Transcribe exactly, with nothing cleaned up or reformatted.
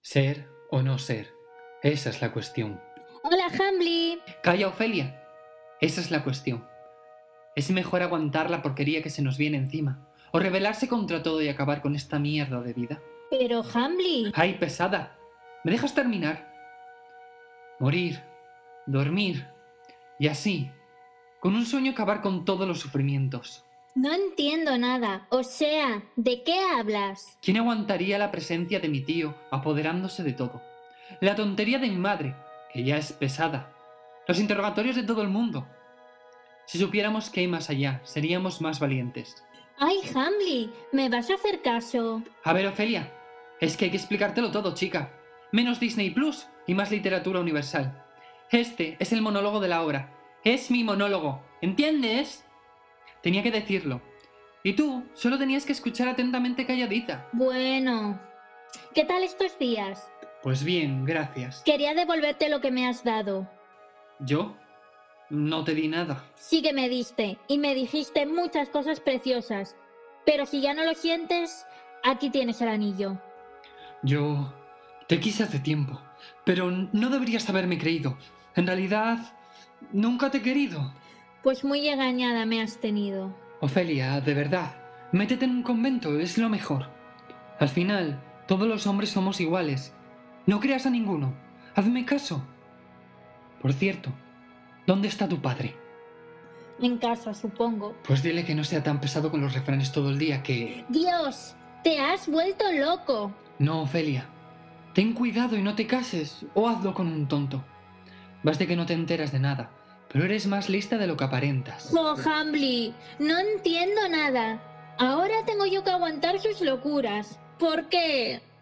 Ser o no ser. Esa es la cuestión. Hola, Hambley. Calla, Ofelia. Esa es la cuestión. Es mejor aguantar la porquería que se nos viene encima, o rebelarse contra todo y acabar con esta mierda de vida. Pero, Hambley... ¡Ay, pesada! ¿Me dejas terminar? Morir, dormir, y así, con un sueño acabar con todos los sufrimientos. No entiendo nada. O sea, ¿de qué hablas? ¿Quién aguantaría la presencia de mi tío apoderándose de todo? La tontería de mi madre, que ya es pesada. Los interrogatorios de todo el mundo. Si supiéramos que hay más allá, seríamos más valientes. Ay, Hambley, ¿me vas a hacer caso? A ver, Ofelia, es que hay que explicártelo todo, chica. Menos Disney Plus y más literatura universal. Este es el monólogo de la obra. Es mi monólogo, ¿entiendes? Tenía que decirlo. Y tú solo tenías que escuchar atentamente calladita. Bueno... ¿Qué tal estos días? Pues bien, gracias. Quería devolverte lo que me has dado. ¿Yo? No te di nada. Sí que me diste, y me dijiste muchas cosas preciosas. Pero si ya no lo sientes, aquí tienes el anillo. Yo... te quise hace tiempo, pero no deberías haberme creído. En realidad, nunca te he querido. Pues muy engañada me has tenido. Ofelia, de verdad, métete en un convento, es lo mejor. Al final, todos los hombres somos iguales. No creas a ninguno. Hazme caso. Por cierto, ¿dónde está tu padre? En casa, supongo. Pues dile que no sea tan pesado con los refranes todo el día que... ¡Dios! ¡Te has vuelto loco! No, Ofelia. Ten cuidado y no te cases, o hazlo con un tonto. Vas de que no te enteras de nada, pero eres más lista de lo que aparentas. ¡Oh, Hambley! No entiendo nada. Ahora tengo yo que aguantar sus locuras. ¿Por qué?